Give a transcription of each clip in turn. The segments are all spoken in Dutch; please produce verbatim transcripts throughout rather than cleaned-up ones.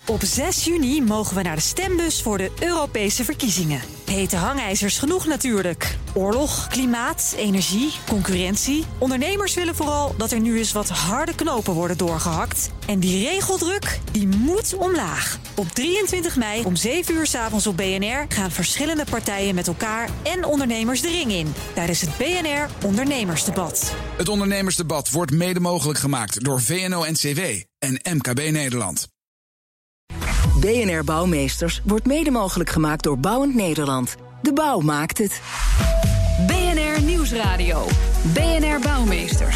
Op zes juni mogen we naar de stembus voor de Europese verkiezingen. Hete hangijzers genoeg natuurlijk. Oorlog, klimaat, energie, concurrentie. Ondernemers willen vooral dat er nu eens wat harde knopen worden doorgehakt. En die regeldruk, die moet omlaag. Op drieëntwintig mei om zeven uur 's avonds op B N R gaan verschillende partijen met elkaar en ondernemers de ring in. Tijdens het B N R Ondernemersdebat. Het Ondernemersdebat wordt mede mogelijk gemaakt door V N O N C W en M K B Nederland. B N R Bouwmeesters wordt mede mogelijk gemaakt door Bouwend Nederland. De bouw maakt het. B N R Nieuwsradio. B N R Bouwmeesters.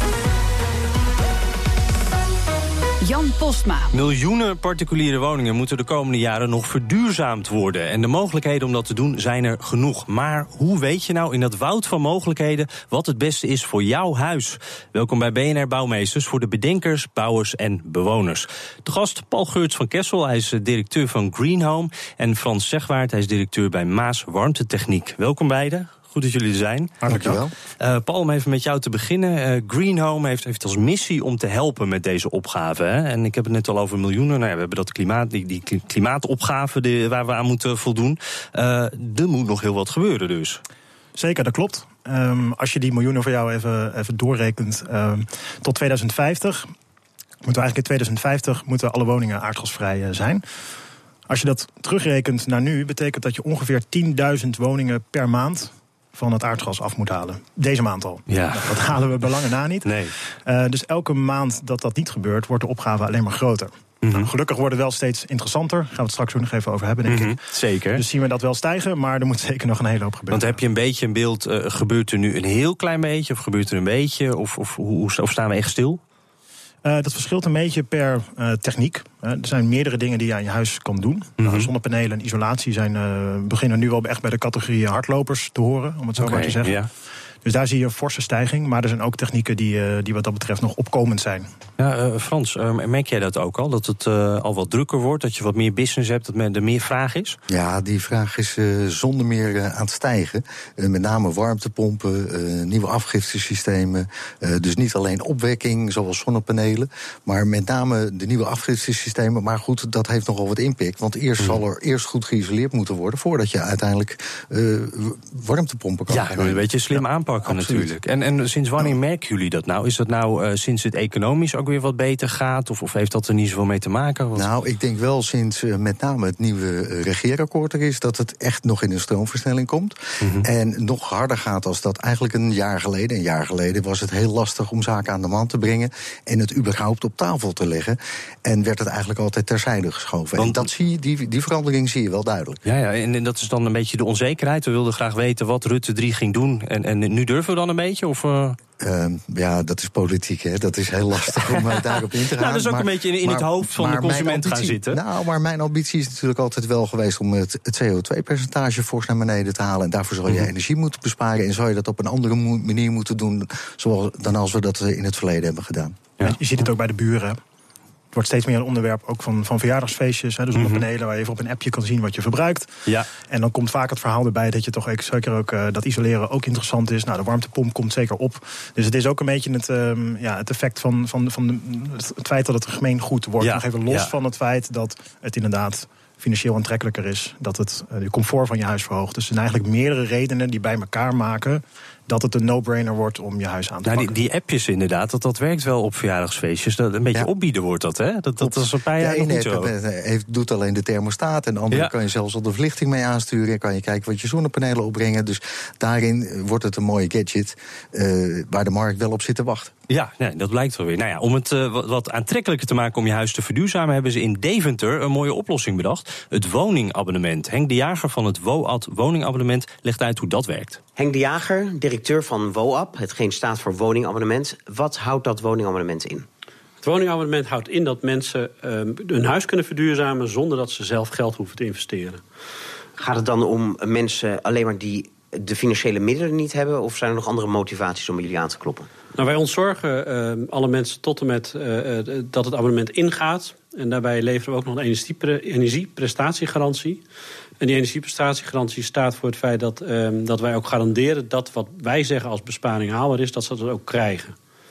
Jan Postma. Miljoenen particuliere woningen moeten de komende jaren nog verduurzaamd worden. En de mogelijkheden om dat te doen zijn er genoeg. Maar hoe weet je nou in dat woud van mogelijkheden wat het beste is voor jouw huis? Welkom bij B N R Bouwmeesters voor de bedenkers, bouwers en bewoners. De gast Paul Geurts van Kessel, hij is directeur van Green Home. En Frans Zegwaart, hij is directeur bij Maas Warmtetechniek. Welkom beiden. Goed dat jullie er zijn. Dankjewel. Uh, Paul, om even met jou te beginnen. Uh, Green Home heeft, heeft als missie om te helpen met deze opgave. Hè? En ik heb het net al over miljoenen. Nou ja, we hebben dat klimaat, die, die klimaatopgave die, waar we aan moeten voldoen. Uh, er moet nog heel wat gebeuren dus. Zeker, dat klopt. Um, als je die miljoenen voor jou even, even doorrekent, um, tot tweeduizend vijftig... moeten we eigenlijk in tweeduizend vijftig moeten alle woningen aardgasvrij zijn. Als je dat terugrekent naar nu, betekent dat je ongeveer tienduizend woningen per maand van het aardgas af moet halen. Deze maand al. Ja. Nou, dat halen we bij lange na niet. Nee. Uh, dus elke maand dat dat niet gebeurt, wordt de opgave alleen maar groter. Mm-hmm. Nou, gelukkig wordt het wel steeds interessanter. Daar gaan we het straks ook nog even over hebben, denk mm-hmm. ik. Zeker. Dus zien we dat wel stijgen, maar er moet zeker nog een hele hoop gebeuren. Want heb je een beetje een beeld, uh, gebeurt er nu een heel klein beetje, of gebeurt er een beetje, of, of, of, of staan we echt stil? Uh, dat verschilt een beetje per uh, techniek. Uh, er zijn meerdere dingen die je aan je huis kan doen. Mm-hmm. Uh, zonnepanelen en isolatie zijn, uh, beginnen nu wel echt bij de categorie hardlopers te horen, om het zo okay, maar te zeggen. Yeah. Dus daar zie je een forse stijging. Maar er zijn ook technieken die, uh, die wat dat betreft nog opkomend zijn. Ja, uh, Frans, uh, merk jij dat ook al? Dat het uh, al wat drukker wordt? Dat je wat meer business hebt? Dat er meer vraag is? Ja, die vraag is uh, zonder meer uh, aan het stijgen. Uh, met name warmtepompen, uh, nieuwe afgiftesystemen. Uh, dus niet alleen opwekking, zoals zonnepanelen. Maar met name de nieuwe afgiftesystemen. Maar goed, dat heeft nogal wat impact. Want eerst mm. zal er eerst goed geïsoleerd moeten worden voordat je uiteindelijk uh, warmtepompen kan ja, gaan. een beetje slim aanpakken. Natuurlijk. En, en sinds wanneer merken jullie dat nou? Is dat nou uh, sinds het economisch ook weer wat beter gaat? Of, of heeft dat er niet zoveel mee te maken? Wat... Nou, ik denk wel sinds uh, met name het nieuwe uh, regeerakkoord er is, dat het echt nog in een stroomversnelling komt. Mm-hmm. En nog harder gaat als dat eigenlijk een jaar geleden. Een jaar geleden was het heel lastig om zaken aan de man te brengen en het überhaupt op tafel te leggen. En werd het eigenlijk altijd terzijde geschoven. Want... En dat zie je, die, die verandering zie je wel duidelijk. Ja, ja, en, en dat is dan een beetje de onzekerheid. We wilden graag weten wat Rutte drie ging doen. En, en nu durven we dan een beetje? Of, uh... Uh, ja, dat is politiek, hè. Dat is heel lastig om uh, daarop in te gaan. Nou, dat is ook maar, een beetje in, in maar, het hoofd van de consument ambitie, gaan zitten. Nou, maar mijn ambitie is natuurlijk altijd wel geweest om het, het C O twee percentage fors naar beneden te halen. En daarvoor zal je mm-hmm. energie moeten besparen. En zal je dat op een andere mo- manier moeten doen zoals, dan als we dat in het verleden hebben gedaan. Ja. Je ziet het ook bij de buren. Het wordt steeds meer een onderwerp ook van, van verjaardagsfeestjes. Hè, dus zonnepanelen mm-hmm. waar je even op een appje kan zien wat je verbruikt. Ja. En dan komt vaak het verhaal erbij dat je toch zeker ook uh, dat isoleren ook interessant is. Nou, de warmtepomp komt zeker op. Dus het is ook een beetje het, um, ja, het effect van, van, van de, het feit dat het gemeen goed wordt. Ja. Nog even los ja. van het feit dat het inderdaad financieel aantrekkelijker is. Dat het uh, de comfort van je huis verhoogt. Dus er zijn eigenlijk meerdere redenen die bij elkaar maken dat het een no-brainer wordt om je huis aan te nou, pakken. Die, die appjes inderdaad, dat, dat werkt wel op verjaardagsfeestjes. Dat, een beetje ja. opbieden wordt dat, hè? Dat, dat is een paar jaar nog niet zo. Heeft, doet alleen de thermostaat. En de andere ja. kan je zelfs al de verlichting mee aansturen. En kan je kijken wat je zonnepanelen opbrengen. Dus daarin wordt het een mooie gadget uh, waar de markt wel op zit te wachten. Ja, nee, dat blijkt wel weer. Nou ja, om het uh, wat, wat aantrekkelijker te maken om je huis te verduurzamen, hebben ze in Deventer een mooie oplossing bedacht. Het woningabonnement. Henk de Jager van het WOAD woningabonnement legt uit hoe dat werkt. Henk de Jager, directeur van WOAB, hetgeen staat voor woningabonnement. Wat houdt dat woningabonnement in? Het woningabonnement houdt in dat mensen uh, hun huis kunnen verduurzamen zonder dat ze zelf geld hoeven te investeren. Gaat het dan om mensen alleen maar die de financiële middelen niet hebben, of zijn er nog andere motivaties om jullie aan te kloppen? Nou, wij ontzorgen uh, alle mensen tot en met uh, dat het abonnement ingaat. En daarbij leveren we ook nog een energiepre- energieprestatiegarantie. En die energieprestatiegarantie staat voor het feit dat, um, dat wij ook garanderen dat wat wij zeggen als besparing haalbaar is, dat ze dat ook krijgen.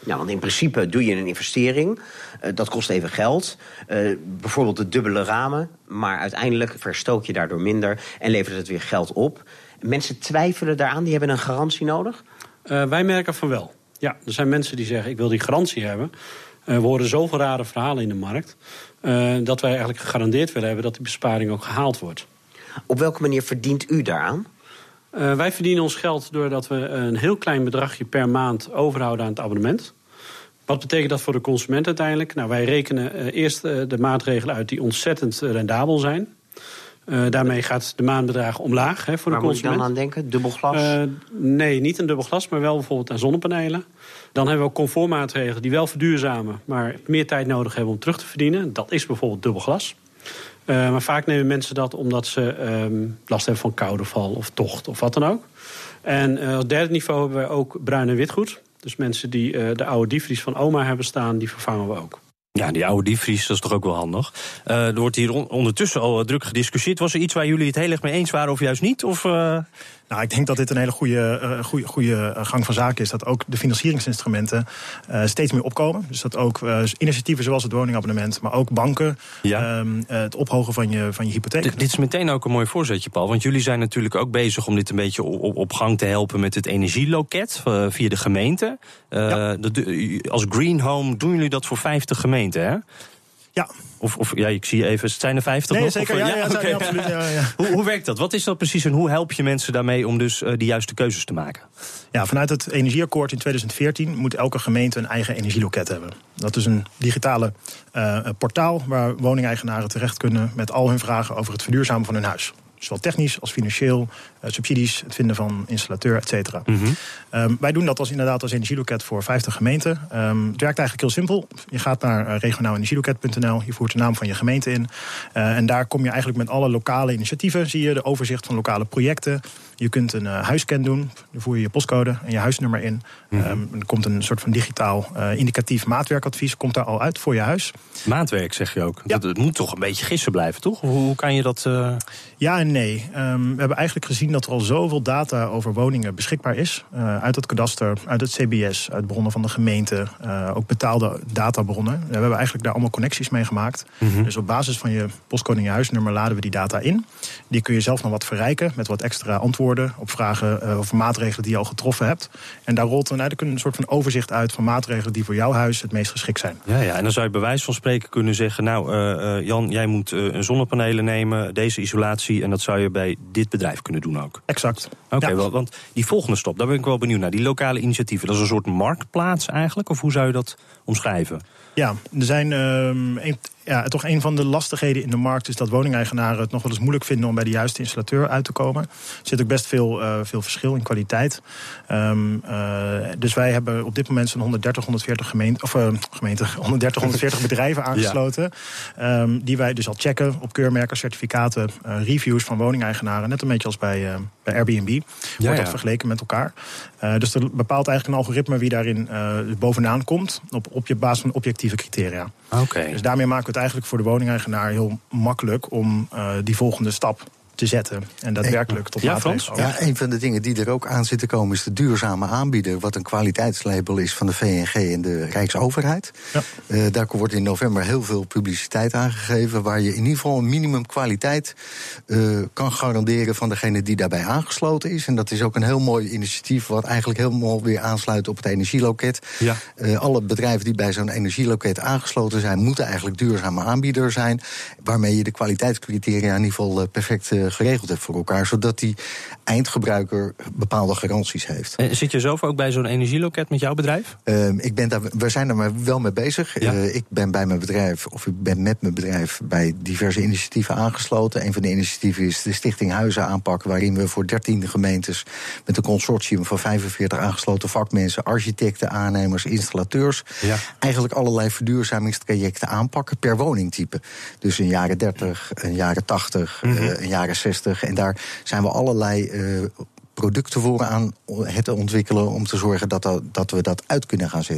Ja, want in principe doe je een investering. Uh, dat kost even geld. Uh, bijvoorbeeld de dubbele ramen. Maar uiteindelijk verstook je daardoor minder en levert het weer geld op. Mensen twijfelen daaraan, die hebben een garantie nodig? Uh, wij merken van wel. Ja, er zijn mensen die zeggen, ik wil die garantie hebben. Uh, we horen zoveel rare verhalen in de markt... Uh, dat wij eigenlijk gegarandeerd willen hebben dat die besparing ook gehaald wordt. Op welke manier verdient u daaraan? Uh, wij verdienen ons geld doordat we een heel klein bedragje per maand overhouden aan het abonnement. Wat betekent dat voor de consument uiteindelijk? Nou, wij rekenen uh, eerst uh, de maatregelen uit die ontzettend uh, rendabel zijn. Uh, daarmee gaat de maandbedrag omlaag hè, voor Waar de consument. Waar moet je dan aan denken? Dubbel glas? Uh, nee, niet een dubbel glas, maar wel bijvoorbeeld aan zonnepanelen. Dan hebben we ook comfortmaatregelen die wel verduurzamen... maar meer tijd nodig hebben om terug te verdienen. Dat is bijvoorbeeld dubbel glas. Uh, maar vaak nemen mensen dat omdat ze um, last hebben van koude val of tocht of wat dan ook. En uh, op derde niveau hebben we ook bruin en witgoed. Dus mensen die uh, de oude diepvries van oma hebben staan, die vervangen we ook. Ja, die oude diepvries, dat is toch ook wel handig. Uh, er wordt hier on- ondertussen al druk gediscussieerd. Was er iets waar jullie het heel erg mee eens waren of juist niet? Of, uh... Nou, ik denk dat dit een hele goede, uh, goede, goede gang van zaken is. Dat ook de financieringsinstrumenten uh, steeds meer opkomen. Dus dat ook uh, initiatieven zoals het woningabonnement, maar ook banken, ja. um, uh, het ophogen van je, van je hypotheek. D- dit is meteen ook een mooi voorzetje, Paul. Want jullie zijn natuurlijk ook bezig om dit een beetje op, op gang te helpen met het energieloket uh, via de gemeente. Uh, ja. de, als Green Home doen jullie dat voor vijftig gemeenten, hè? Ja. Of, of ja, ik zie even, het zijn er vijftig nee, nog? Zeker, of, ja, ja, ja, okay. ja, absoluut. Ja, ja. hoe, hoe werkt dat? Wat is dat precies en hoe help je mensen daarmee om dus uh, de juiste keuzes te maken? Ja, vanuit het Energieakkoord in tweeduizend veertien moet elke gemeente een eigen energieloket hebben. Dat is een digitale uh, portaal waar woningeigenaren terecht kunnen met al hun vragen over het verduurzamen van hun huis. Zowel technisch als financieel, uh, subsidies, het vinden van installateur, et cetera. Mm-hmm. Um, wij doen dat als, inderdaad als energieloket voor vijftig gemeenten. Um, het werkt eigenlijk heel simpel. Je gaat naar uh, regionaal energieloket punt n l, je voert de naam van je gemeente in. Uh, en daar kom je eigenlijk met alle lokale initiatieven, zie je de overzicht van lokale projecten. Je kunt een uh, huisscan doen, dan voer je je postcode en je huisnummer in. Mm-hmm. Um, er komt een soort van digitaal uh, indicatief maatwerkadvies, komt daar al uit voor je huis. Maatwerk zeg je ook. Ja. Dat, het moet toch een beetje gissen blijven, toch? Hoe, hoe kan je dat... Uh... Ja en nee. Um, we hebben eigenlijk gezien dat er al zoveel data over woningen beschikbaar is. Uh, uit het kadaster, uit het C B S, uit bronnen van de gemeente. Uh, ook betaalde databronnen. We hebben eigenlijk daar allemaal connecties mee gemaakt. Mm-hmm. Dus op basis van je postcode en je huisnummer laden we die data in. Die kun je zelf nog wat verrijken met wat extra antwoorden op vragen uh, over maatregelen die je al getroffen hebt. En daar rolt dan eigenlijk een soort van overzicht uit van maatregelen die voor jouw huis het meest geschikt zijn. Ja, ja. En dan zou je bij wijze van spreken kunnen zeggen, nou uh, uh, Jan, jij moet uh, zonnepanelen nemen, deze isolatie, en dat zou je bij dit bedrijf kunnen doen ook. Exact. Oké, okay, ja. wel, want die volgende stap, daar ben ik wel benieuwd naar. Die lokale initiatieven, dat is een soort marktplaats eigenlijk? Of hoe zou je dat omschrijven? Ja, er zijn um, een, ja, toch een van de lastigheden in de markt is dat woningeigenaren het nog wel eens moeilijk vinden om bij de juiste installateur uit te komen. Er zit ook best veel, uh, veel verschil in kwaliteit. Um, uh, dus wij hebben op dit moment zo'n honderddertig, honderdveertig gemeenten, of uh, gemeente, honderddertig, honderdveertig bedrijven aangesloten. Ja. Um, die wij dus al checken op keurmerken, certificaten, uh, reviews van woningeigenaren. Net een beetje als bij, uh, bij Airbnb. Wordt ja, ja. dat vergeleken met elkaar. Uh, dus er bepaalt eigenlijk een algoritme wie daarin uh, bovenaan komt op, op je basis van objectieve criteria. Okay. Dus daarmee maken we het eigenlijk voor de woningeigenaar heel makkelijk om uh, die volgende stap te zetten en daadwerkelijk tot ja, maatregelen. Ja, een van de dingen die er ook aan zit te komen is de duurzame aanbieder, wat een kwaliteitslabel is van de V N G en de Rijksoverheid. Ja. Uh, daar wordt in november heel veel publiciteit aangegeven, waar je in ieder geval een minimum kwaliteit uh, kan garanderen van degene die daarbij aangesloten is. En dat is ook een heel mooi initiatief wat eigenlijk helemaal weer aansluit op het energieloket. Ja. Uh, alle bedrijven die bij zo'n energieloket aangesloten zijn, moeten eigenlijk duurzame aanbieder zijn, waarmee je de kwaliteitscriteria in ieder geval uh, perfect uh, geregeld hebt voor elkaar, zodat die eindgebruiker bepaalde garanties heeft. En zit je zelf ook bij zo'n energieloket met jouw bedrijf? Uh, ik ben daar, we zijn er maar wel mee bezig. Ja. Uh, ik ben bij mijn bedrijf, of ik ben met mijn bedrijf bij diverse initiatieven aangesloten. Een van de initiatieven is de Stichting Huizen aanpak, waarin we voor dertien gemeentes met een consortium van vijfenveertig aangesloten vakmensen, architecten, aannemers, installateurs, ja. eigenlijk allerlei verduurzamingstrajecten aanpakken per woningtype. Dus een jaren dertig, een jaren tachtig, mm-hmm. uh, een jaren zestig. En daar zijn we allerlei uh, producten voor aan het ontwikkelen om te zorgen dat, dat, dat we dat uit kunnen gaan zetten.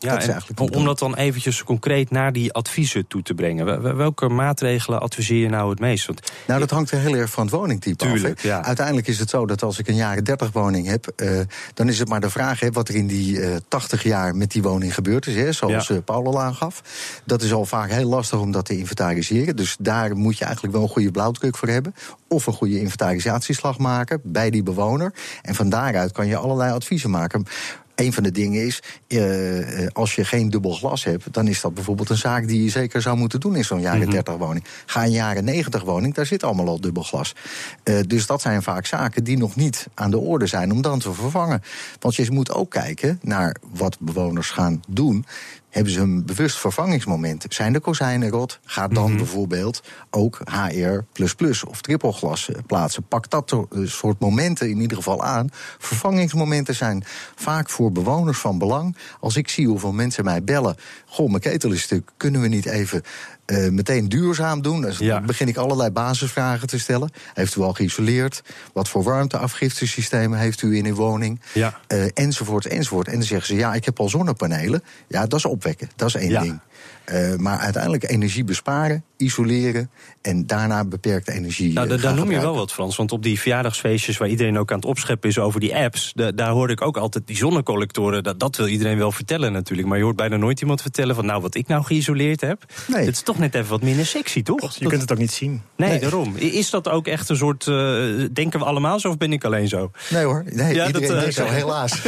Ja, dat is eigenlijk om, om dat dan eventjes concreet naar die adviezen toe te brengen. Welke maatregelen adviseer je nou het meest? Want nou, dat hangt er heel erg van het woningtype tuurlijk, af. Ja. Uiteindelijk is het zo dat als ik een jaren dertig woning heb, uh, dan is het maar de vraag hè, wat er in die uh, tachtig jaar met die woning gebeurd is. Hè, zoals ja. uh, Paul al aangaf. Dat is al vaak heel lastig om dat te inventariseren. Dus daar moet je eigenlijk wel een goede blauwdruk voor hebben. Of een goede inventarisatieslag maken bij die bewoner. En van daaruit kan je allerlei adviezen maken. Een van de dingen is, uh, als je geen dubbel glas hebt, dan is dat bijvoorbeeld een zaak die je zeker zou moeten doen in zo'n jaren dertig woning. Ga een jaren negentig woning, daar zit allemaal al dubbel glas. Uh, dus dat zijn vaak zaken die nog niet aan de orde zijn om dan te vervangen. Want je moet ook kijken naar wat bewoners gaan doen. Hebben ze een bewust vervangingsmoment? Zijn de kozijnen rot? Ga dan mm-hmm. bijvoorbeeld ook H R plus plus of trippelglas plaatsen. Pak dat soort momenten in ieder geval aan. Vervangingsmomenten zijn vaak voor bewoners van belang. Als ik zie hoeveel mensen mij bellen, goh, mijn ketel is stuk, kunnen we niet even Uh, meteen duurzaam doen? Dus ja. Dan begin ik allerlei basisvragen te stellen. Heeft u al geïsoleerd? Wat voor warmteafgiftesystemen heeft u in uw woning? Ja. Uh, enzovoort, enzovoort. En dan zeggen ze, ja, ik heb al zonnepanelen. Ja, dat is opwekken. Dat is één ja. ding. Uh, maar uiteindelijk energie besparen, isoleren en daarna beperkte energie. Nou, uh, daar noem je wel wat, Frans. Want op die verjaardagsfeestjes waar iedereen ook aan het opscheppen is over die apps, de, daar hoorde ik ook altijd die zonnecollectoren. Dat, dat wil iedereen wel vertellen natuurlijk. Maar je hoort bijna nooit iemand vertellen van nou wat ik nou geïsoleerd heb. Nee. Dat is toch net even wat minder sexy, toch? Je dat... kunt het ook niet zien. Nee, nee, daarom. Is dat ook echt een soort, uh, denken we allemaal zo of ben ik alleen zo? Nee hoor, nee, ja, iedereen dat, uh, denkt zo, helaas.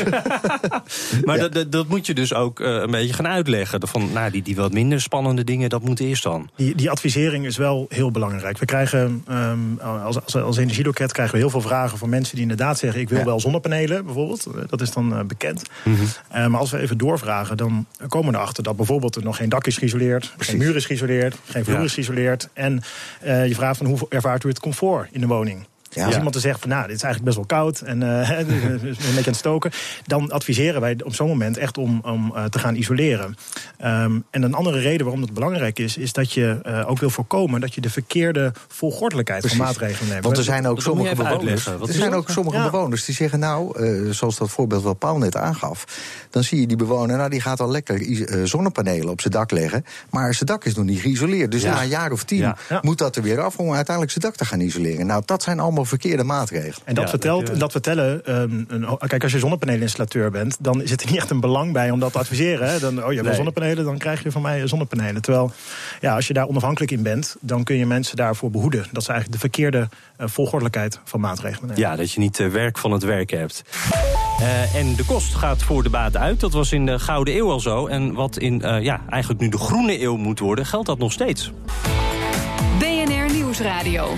Maar ja. dat, dat, dat moet je dus ook uh, een beetje gaan uitleggen. Van, nou, die, die wat minder spannende dingen, dat moet eerst dan. Die, die advisering is wel heel belangrijk. We krijgen, um, als, als, als energieloket krijgen we heel veel vragen van mensen die inderdaad zeggen, ik wil ja. wel zonnepanelen bijvoorbeeld. Dat is dan uh, bekend. Mm-hmm. Uh, maar als we even doorvragen, dan komen we erachter dat bijvoorbeeld er nog geen dak is geïsoleerd, Precies. geen muur is geïsoleerd, geen vloer ja. is geïsoleerd. En uh, je vraagt van hoe ervaart u het comfort in de woning? Ja. Als iemand te zegt van nou, dit is eigenlijk best wel koud en uh, een beetje aan het stoken, dan adviseren wij op zo'n moment echt om, om uh, te gaan isoleren. Um, en een andere reden waarom dat belangrijk is, is dat je uh, ook wil voorkomen dat je de verkeerde volgordelijkheid Precies. van maatregelen neemt. Want er zijn ook dat sommige bewoners, er zijn ook sommige ja. bewoners die zeggen nou, uh, zoals dat voorbeeld wat Paul net aangaf, dan zie je die bewoner, nou die gaat al lekker uh, zonnepanelen op zijn dak leggen, maar zijn dak is nog niet geïsoleerd. Dus ja. na een jaar of tien ja. Ja. moet dat er weer af om uiteindelijk zijn dak te gaan isoleren. Nou, dat zijn allemaal verkeerde maatregelen. En dat, ja, vertelt, dat, dat vertellen... Um, een, kijk, als je zonnepaneelinstallateur bent, dan zit er niet echt een belang bij om dat te adviseren. Hè? Dan, oh, je hebt wel zonnepanelen, dan krijg je van mij zonnepanelen. Terwijl, ja, als je daar onafhankelijk in bent, dan kun je mensen daarvoor behoeden. Dat ze eigenlijk de verkeerde uh, volgordelijkheid van maatregelen nemen. Ja, dat je niet uh, werk van het werken hebt. Uh, en de kost gaat voor de baat uit. Dat was in de Gouden Eeuw al zo. En wat in uh, ja, eigenlijk nu de Groene Eeuw moet worden, geldt dat nog steeds. B N R Nieuwsradio.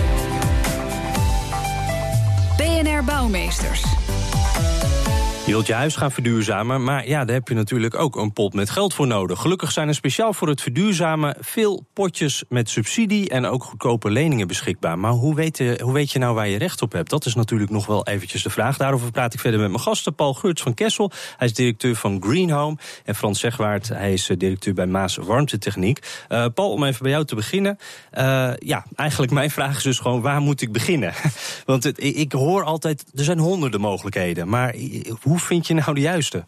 B N R Bouwmeesters. Je wilt je huis gaan verduurzamen, maar ja, daar heb je natuurlijk ook een pot met geld voor nodig. Gelukkig zijn er speciaal voor het verduurzamen veel potjes met subsidie en ook goedkope leningen beschikbaar. Maar hoe weet je, hoe weet je nou waar je recht op hebt? Dat is natuurlijk nog wel eventjes de vraag. Daarover praat ik verder met mijn gasten. Paul Geurts van Kessel, hij is directeur van Green Home. En Frans Zegwaart, hij is directeur bij Maas Warmtetechniek. Uh, Paul, om even bij jou te beginnen. Uh, ja, eigenlijk mijn vraag is dus gewoon, waar moet ik beginnen? Want het, ik hoor altijd, er zijn honderden mogelijkheden, maar hoe Hoe vind je nou de juiste?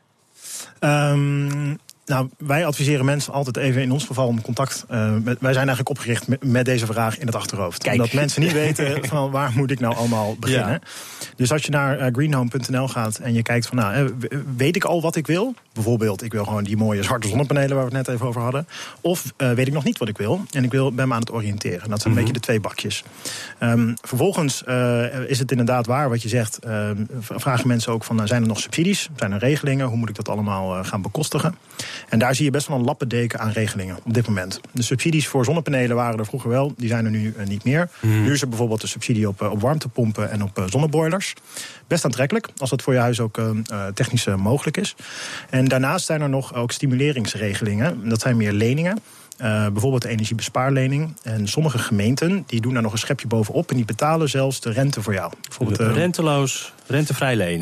Um, nou, wij adviseren mensen altijd even in ons geval om contact. Uh, met, wij zijn eigenlijk opgericht met, met deze vraag in het achterhoofd. Kijk. Omdat mensen niet weten van waar moet ik nou allemaal beginnen. Ja. Dus als je naar uh, greenhome punt n l gaat en je kijkt van nou, weet ik al wat ik wil? Bijvoorbeeld, ik wil gewoon die mooie zwarte zonnepanelen waar we het net even over hadden. Of uh, weet ik nog niet wat ik wil en ik wil, ben me aan het oriënteren. Dat zijn mm-hmm. een beetje de twee bakjes. Um, vervolgens uh, is het inderdaad waar wat je zegt. Uh, vragen mensen ook van, uh, zijn er nog subsidies? Zijn er regelingen? Hoe moet ik dat allemaal uh, gaan bekostigen? En daar zie je best wel een lappendeken aan regelingen op dit moment. De subsidies voor zonnepanelen waren er vroeger wel. Die zijn er nu uh, niet meer. Mm. Nu is er bijvoorbeeld de subsidie op, uh, op warmtepompen en op uh, zonneboilers. Best aantrekkelijk, als dat voor je huis ook uh, technisch uh, mogelijk is. En daarnaast zijn er nog ook stimuleringsregelingen. Dat zijn meer leningen. Uh, bijvoorbeeld de energiebespaarlening. En sommige gemeenten die doen daar nog een schepje bovenop en die betalen zelfs de rente voor jou. Bijvoorbeeld, uh, renteloos, rentevrij lenen. Ja.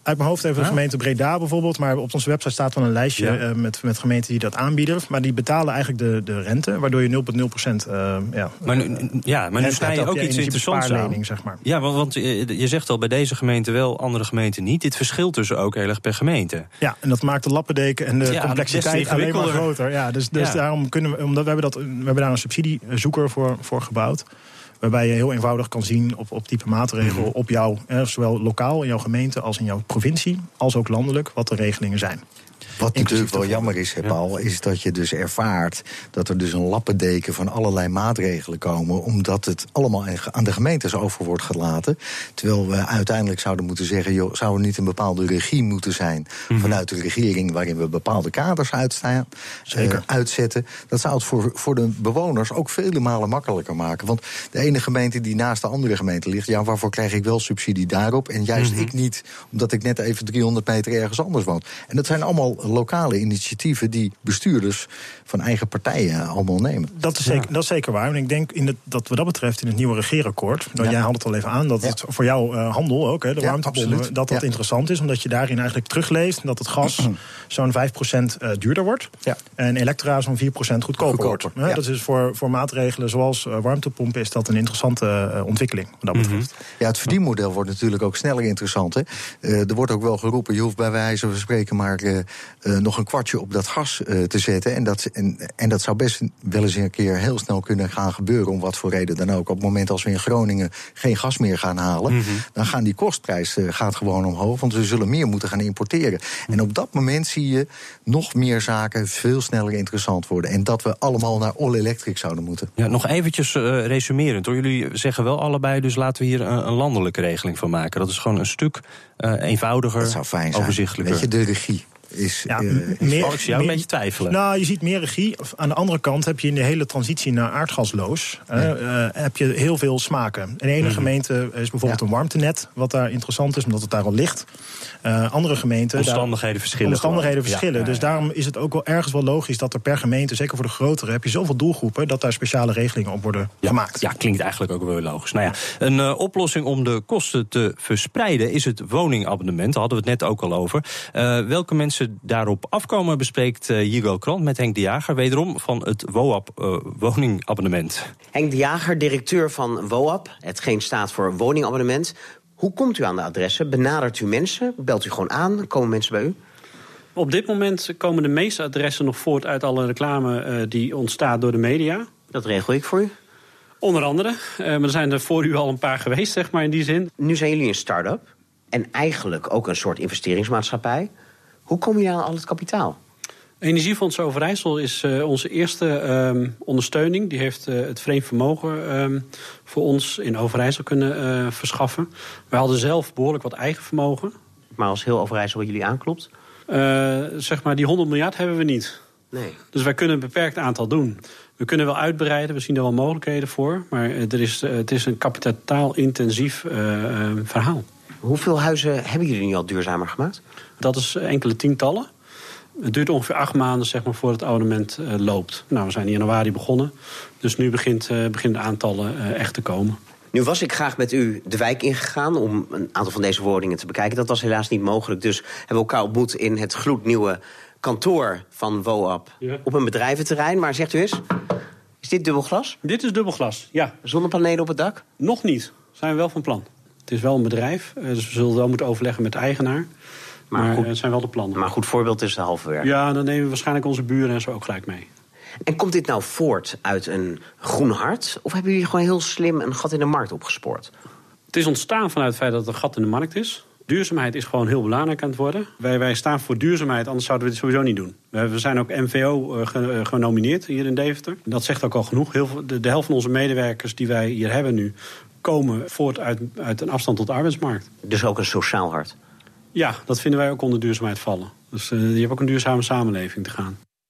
uit mijn hoofd even de gemeente Breda bijvoorbeeld. Maar op onze website staat wel een lijstje ja. uh, met, met gemeenten die dat aanbieden. Maar die betalen eigenlijk de, de rente, waardoor je nul komma nul procent uh, ja, maar nu, ja, maar nu sta je ook iets interessants aan. Zeg maar. Ja, want, want je, je zegt al, bij deze gemeente wel, andere gemeenten niet. Dit verschilt dus ook heel erg per gemeente. Ja, en dat maakt de lappendeken en de ja, complexiteit alleen maar groter. Ja, dus dus ja. daarom kunnen we, omdat we hebben, dat, we hebben daar een subsidiezoeker voor, voor gebouwd. Waarbij je heel eenvoudig kan zien op, op type maatregel mm-hmm. op jou, eh, zowel lokaal in jouw gemeente als in jouw provincie, als ook landelijk, wat de regelingen zijn. Wat natuurlijk wel jammer is, Paul, is dat je dus ervaart dat er dus een lappendeken van allerlei maatregelen komen, omdat het allemaal aan de gemeentes over wordt gelaten. Terwijl we uiteindelijk zouden moeten zeggen, joh, zou er niet een bepaalde regie moeten zijn mm-hmm. vanuit de regering waarin we bepaalde kaders uitstaan, Zeker. Uh, uitzetten. Dat zou het voor, voor de bewoners ook vele malen makkelijker maken. Want de ene gemeente die naast de andere gemeente ligt, ja, waarvoor krijg ik wel subsidie daarop en juist mm-hmm. ik niet, omdat ik net even driehonderd meter ergens anders woon. En dat zijn allemaal lokale initiatieven die bestuurders van eigen partijen allemaal nemen. Dat is zeker, ja. dat is zeker waar. En ik denk in het, dat wat dat betreft in het nieuwe regeerakkoord, nou, ja. jij had het al even aan, dat ja. het voor jou uh, handel ook, hè, de ja, warmtepompen, dat dat ja. interessant is, omdat je daarin eigenlijk terugleest dat het gas zo'n vijf procent uh, duurder wordt ja. en elektra zo'n vier procent goedkoper, goedkoper wordt. Ja. Dat is voor, voor maatregelen zoals uh, warmtepompen is dat een interessante uh, ontwikkeling wat dat betreft. Mm-hmm. Ja, het verdienmodel wordt natuurlijk ook sneller interessant. Hè. Uh, er wordt ook wel geroepen, je hoeft bij wijze van spreken maar uh, uh, nog een kwartje op dat gas uh, te zetten. En dat, en, en dat zou best wel eens een keer heel snel kunnen gaan gebeuren, om wat voor reden dan ook. Op het moment als we in Groningen geen gas meer gaan halen, mm-hmm. dan gaan die kostprijs uh, gaat gewoon omhoog, want we zullen meer moeten gaan importeren. En op dat moment zie je nog meer zaken veel sneller interessant worden. En dat we allemaal naar all-electric zouden moeten. Ja, nog eventjes uh, resumerend hoor. Jullie zeggen wel allebei, dus laten we hier een, een landelijke regeling van maken. Dat is gewoon een stuk uh, eenvoudiger, dat zou fijn zijn. Overzichtelijker. Weet je, de regie. Is, ja, uh, is meer, ik zie jou een beetje twijfelen. Nou, je ziet meer regie. Aan de andere kant heb je in de hele transitie naar aardgasloos ja. uh, heb je heel veel smaken. In de ene mm-hmm. gemeente is bijvoorbeeld ja. een warmtenet, wat daar interessant is, omdat het daar al ligt. Uh, andere gemeenten... Omstandigheden daar, verschillen. Omstandigheden gewoon. verschillen. Ja, ja, ja. Dus daarom is het ook wel ergens wel logisch dat er per gemeente, zeker voor de grotere, heb je zoveel doelgroepen, dat daar speciale regelingen op worden ja. gemaakt. Ja, klinkt eigenlijk ook wel logisch. Nou ja, een uh, oplossing om de kosten te verspreiden is het woningabonnement. Daar hadden we het net ook al over. Uh, welke mensen daarop afkomen bespreekt uh, Hugo Krant met Henk de Jager, wederom van het W O A P uh, woningabonnement. Henk de Jager, directeur van W O A P, hetgeen staat voor woningabonnement. Hoe komt u aan de adressen? Benadert u mensen? Belt u gewoon aan? Komen mensen bij u? Op dit moment komen de meeste adressen nog voort uit alle reclame uh, die ontstaat door de media. Dat regel ik voor u. Onder andere. Uh, maar er zijn er voor u al een paar geweest, zeg maar, in die zin. Nu zijn jullie een start-up. En eigenlijk ook een soort investeringsmaatschappij. Hoe kom je aan al het kapitaal? Energiefonds Overijssel is uh, onze eerste um, ondersteuning. Die heeft uh, het vreemd vermogen um, voor ons in Overijssel kunnen uh, verschaffen. Wij hadden zelf behoorlijk wat eigen vermogen. Maar als heel Overijssel wat jullie aanklopt? Uh, zeg maar, die honderd miljard hebben we niet. Nee. Dus wij kunnen een beperkt aantal doen. We kunnen wel uitbreiden, we zien er wel mogelijkheden voor. Maar er is, uh, het is een kapitaalintensief uh, uh, verhaal. Hoeveel huizen hebben jullie nu al duurzamer gemaakt? Dat is enkele tientallen. Het duurt ongeveer acht maanden zeg maar, voordat het abonnement uh, loopt. Nou, we zijn in januari begonnen. Dus nu begint, uh, beginnen de aantallen uh, echt te komen. Nu was ik graag met u de wijk ingegaan om een aantal van deze woningen te bekijken. Dat was helaas niet mogelijk. Dus hebben we elkaar ontmoet in het gloednieuwe kantoor van W O A P. Ja. Op een bedrijventerrein. Maar zegt u eens, is dit dubbelglas? Dit is dubbelglas, ja. Zonnepanelen op het dak? Nog niet. Zijn we wel van plan. Het is wel een bedrijf, dus we zullen wel moeten overleggen met de eigenaar. Maar, maar goed, het zijn wel de plannen. Maar een goed voorbeeld is de halve werk. Ja, dan nemen we waarschijnlijk onze buren en zo ook gelijk mee. En komt dit nou voort uit een groen hart? Of hebben jullie gewoon heel slim een gat in de markt opgespoord? Het is ontstaan vanuit het feit dat er een gat in de markt is. Duurzaamheid is gewoon heel belangrijk aan het worden. Wij, wij staan voor duurzaamheid, anders zouden we dit sowieso niet doen. We zijn ook M V O uh, genomineerd hier in Deventer. Dat zegt ook al genoeg. Heel veel, de, de helft van onze medewerkers die wij hier hebben nu komen voort uit, uit een afstand tot de arbeidsmarkt. Dus ook een sociaal hart? Ja, dat vinden wij ook onder duurzaamheid vallen. Dus uh, je hebt ook een duurzame samenleving te gaan.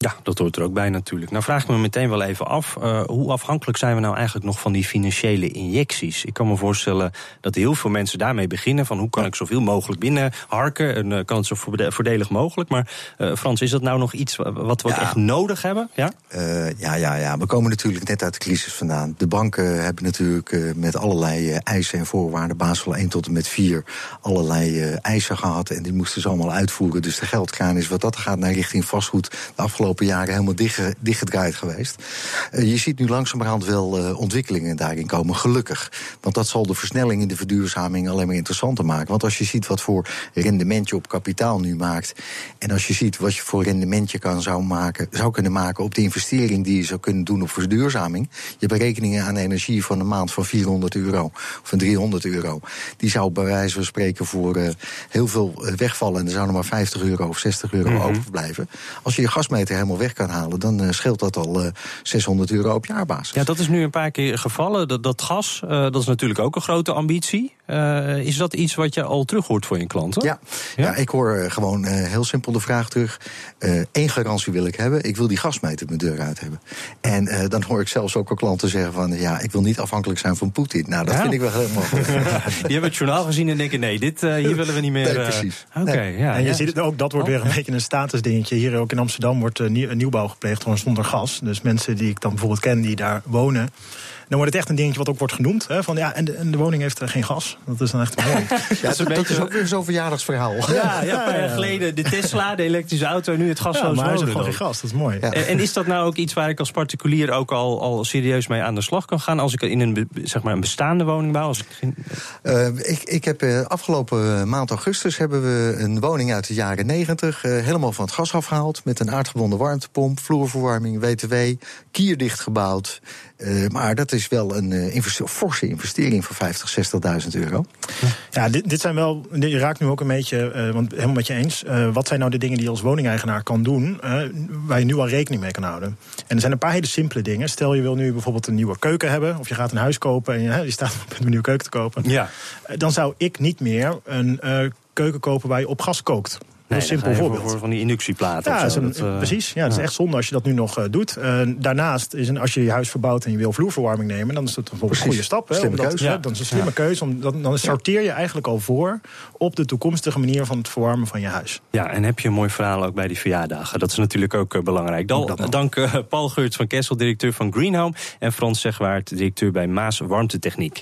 Ja, dat hoort er ook bij natuurlijk. Nou vraag ik me meteen wel even af, uh, hoe afhankelijk zijn we nou eigenlijk nog van die financiële injecties? Ik kan me voorstellen dat heel veel mensen daarmee beginnen, van hoe kan ik zoveel mogelijk binnenharken en uh, kan het zo voordelig mogelijk. Maar uh, Frans, is dat nou nog iets wat we ja. echt nodig hebben? Ja? Uh, ja, ja, ja, we komen natuurlijk net uit de crisis vandaan. De banken hebben natuurlijk uh, met allerlei uh, eisen en voorwaarden, Basel één tot en met vier, allerlei uh, eisen gehad en die moesten ze allemaal uitvoeren. Dus de geldkraan is wat dat gaat naar richting vastgoed de afgelopen jaren helemaal dicht, dichtgedraaid geweest. Uh, je ziet nu langzamerhand wel uh, ontwikkelingen daarin komen, gelukkig. Want dat zal de versnelling in de verduurzaming alleen maar interessanter maken. Want als je ziet wat voor rendement je op kapitaal nu maakt en als je ziet wat je voor rendement je kan, zou, maken, zou kunnen maken op de investering die je zou kunnen doen op verduurzaming. Je berekeningen aan energie van een maand van vierhonderd euro of van driehonderd euro. Die zou bij wijze van spreken voor uh, heel veel wegvallen en er zou nog maar vijftig euro of zestig euro mm-hmm. overblijven. Als je je gasmeter helemaal weg kan halen, dan uh, scheelt dat al uh, zeshonderd euro op jaarbasis. Ja, dat is nu een paar keer gevallen. Dat, dat gas, uh, dat is natuurlijk ook een grote ambitie. Uh, is dat iets wat je al terug hoort voor je klanten? Ja, ja? ja ik hoor uh, gewoon uh, heel simpel de vraag terug. Eén uh, garantie wil ik hebben. Ik wil die gasmeter mijn deur uit hebben. En uh, dan hoor ik zelfs ook al klanten zeggen van, ja, ik wil niet afhankelijk zijn van Poetin. Nou, dat ja. vind ik wel helemaal goed. Die hebben het journaal gezien en denken, nee, dit uh, hier willen we niet meer. Nee, precies. Uh, Oké, okay, ja. En je ja. ziet het ook, dat wordt weer een beetje een statusdingetje. Hier ook in Amsterdam wordt uh, nieuw, nieuwbouw gepleegd gewoon zonder gas. Dus mensen die ik dan bijvoorbeeld ken die daar wonen, dan wordt het echt een dingetje wat ook wordt genoemd. Hè, van, ja, en, de, en de woning heeft uh, geen gas. Dat is dan echt mooi. Ja, dat, dat beetje... is ook weer zo'n verjaardagsverhaal. Ja, ja, een paar jaar geleden de Tesla, de elektrische auto, nu het gasloos ja, maar hij wonen. is gewoon geen gas, dat is mooi. Ja. En, en is dat nou ook iets waar ik als particulier ook al, al serieus mee aan de slag kan gaan? Als ik in een, zeg maar, een bestaande woning bouw? Als ik, geen... uh, ik, ik heb uh, afgelopen maand augustus hebben we een woning uit de jaren negentig uh, helemaal van het gas afgehaald. Met een aardgebonden warmtepomp, vloerverwarming, W T W, kierdicht gebouwd. Uh, maar dat is wel een uh, investe- forse investering van vijftig, zestigduizend euro. Ja, dit, dit zijn wel, je raakt nu ook een beetje, uh, want helemaal met je eens. Uh, wat zijn nou de dingen die je als woningeigenaar kan doen, uh, waar je nu al rekening mee kan houden? En er zijn een paar hele simpele dingen. Stel je wil nu bijvoorbeeld een nieuwe keuken hebben, of je gaat een huis kopen en je, je staat op een nieuwe keuken te kopen. Ja. Uh, dan zou ik niet meer een uh, keuken kopen waar je op gas kookt. Nee, een simpel voorbeeld. Voor, voor van die inductieplaten. Ja, of zo. Een, dat, uh, precies. Ja, dat is echt zonde als je dat nu nog uh, doet. Uh, daarnaast, is een, als je je huis verbouwt en je wil vloerverwarming nemen, dan is dat bijvoorbeeld een goede stap. Hè, slimme omdat, keuze. Ja. Dan is het een slimme ja. keuze. Om, dan, dan sorteer je eigenlijk al voor op de toekomstige manier van het verwarmen van je huis. Ja, en heb je een mooi verhaal ook bij die verjaardagen. Dat is natuurlijk ook uh, belangrijk. Dan, dank uh, Paul Geurts van Kessel, directeur van Greenhome, en Frans Zegwaard, directeur bij Maas Warmtetechniek.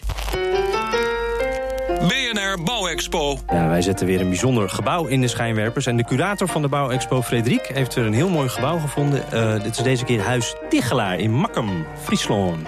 B N R Bouwexpo. Ja, wij zetten weer een bijzonder gebouw in de schijnwerpers. En de curator van de Bouwexpo, Frederik, heeft weer een heel mooi gebouw gevonden. Uh, dit is deze keer Huis Tichelaar in Makkum, Friesland.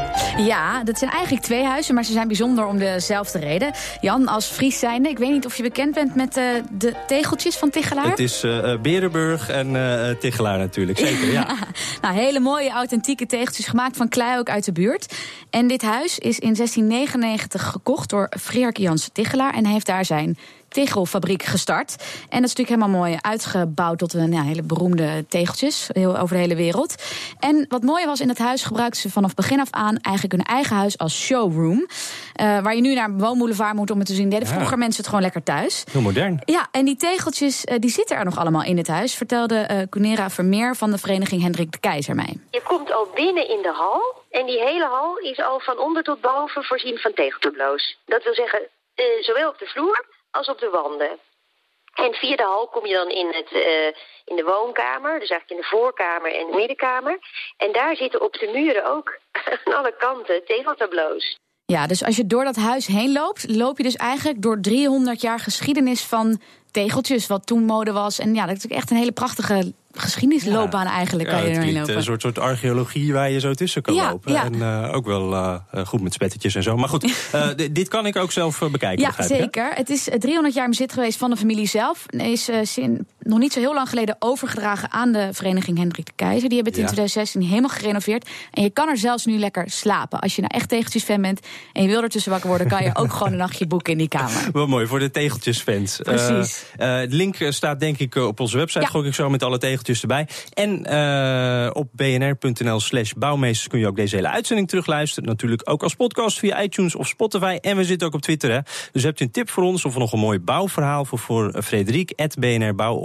Ja, dat zijn eigenlijk twee huizen, maar ze zijn bijzonder om dezelfde reden. Jan, als Fries zijnde, ik weet niet of je bekend bent met uh, de tegeltjes van Tichelaar? Het is uh, Berenburg en uh, Tichelaar natuurlijk, zeker, ja. ja. Nou, hele mooie, authentieke tegeltjes, gemaakt van klei ook uit de buurt. En dit huis is in zestien negenennegentig gekocht door Freerk Jans Tichelaar en heeft daar zijn tegelfabriek gestart. En dat is natuurlijk helemaal mooi uitgebouwd tot een ja, hele beroemde tegeltjes heel, over de hele wereld. En wat mooi was, in het huis gebruikten ze vanaf begin af aan eigenlijk hun eigen huis als showroom. Uh, waar je nu naar een woonmoelenvaart moet om het te zien. Deden vroeger ja. mensen het gewoon lekker thuis. Heel modern. Ja, en die tegeltjes uh, die zitten er nog allemaal in het huis, vertelde uh, Cunera Vermeer van de vereniging Hendrik de Keizer mij. Je komt al binnen in de hal en die hele hal is al van onder tot boven voorzien van tegeltableaus. Dat wil zeggen, uh, zowel op de vloer als op de wanden. En via de hal kom je dan in, het, uh, in de woonkamer, dus eigenlijk in de voorkamer en de middenkamer. En daar zitten op de muren ook aan alle kanten tegeltableaus. Ja, dus als je door dat huis heen loopt, loop je dus eigenlijk door driehonderd jaar geschiedenis van tegeltjes, wat toen mode was. En ja, dat is echt een hele prachtige geschiedenisloopbaan ja. eigenlijk. Ja, kan je het erin klinkt lopen. Een soort, soort archeologie waar je zo tussen kan ja, lopen. Ja. En uh, ook wel uh, goed met spettetjes en zo. Maar goed, uh, d- dit kan ik ook zelf uh, bekijken. Ja, zeker. Ik, het is driehonderd jaar bezit geweest van de familie zelf. Is uh, sin, nog niet zo heel lang geleden overgedragen aan de vereniging Hendrik de Keizer. Die hebben het ja. in twintig zestien helemaal gerenoveerd. En je kan er zelfs nu lekker slapen. Als je nou echt tegeltjesfan bent en je wil er tussen wakker worden, kan je ook gewoon een nachtje boeken in die kamer. Wel mooi, voor de tegeltjesfans. Precies. Uh, uh, de link staat denk ik op onze website. Ja. Gooi ik zo met alle tegeltjes erbij. En uh, op bnr.nl slash bouwmeesters kun je ook deze hele uitzending terugluisteren. Natuurlijk ook als podcast via iTunes of Spotify. En we zitten ook op Twitter. Hè. Dus hebt u een tip voor ons of nog een mooi bouwverhaal voor, voor Frederik, at B N R Bouw of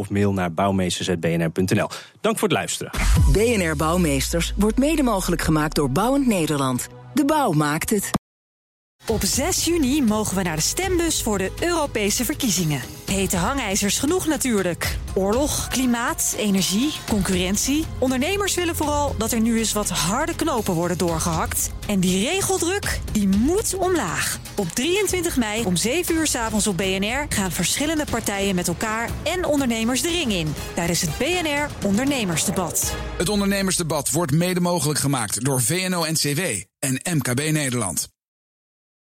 of mail naar bouwmeesters punt b n r punt n l. Dank voor het luisteren. B N R Bouwmeesters wordt mede mogelijk gemaakt door Bouwend Nederland. De bouw maakt het. Op zes juni mogen we naar de stembus voor de Europese verkiezingen. Hete hangijzers genoeg natuurlijk. Oorlog, klimaat, energie, concurrentie. Ondernemers willen vooral dat er nu eens wat harde knopen worden doorgehakt. En die regeldruk, die moet omlaag. Op drieëntwintig mei om zeven uur 's avonds op B N R gaan verschillende partijen met elkaar en ondernemers de ring in. Tijdens het B N R Ondernemersdebat. Het Ondernemersdebat wordt mede mogelijk gemaakt door V N O N C W en M K B Nederland.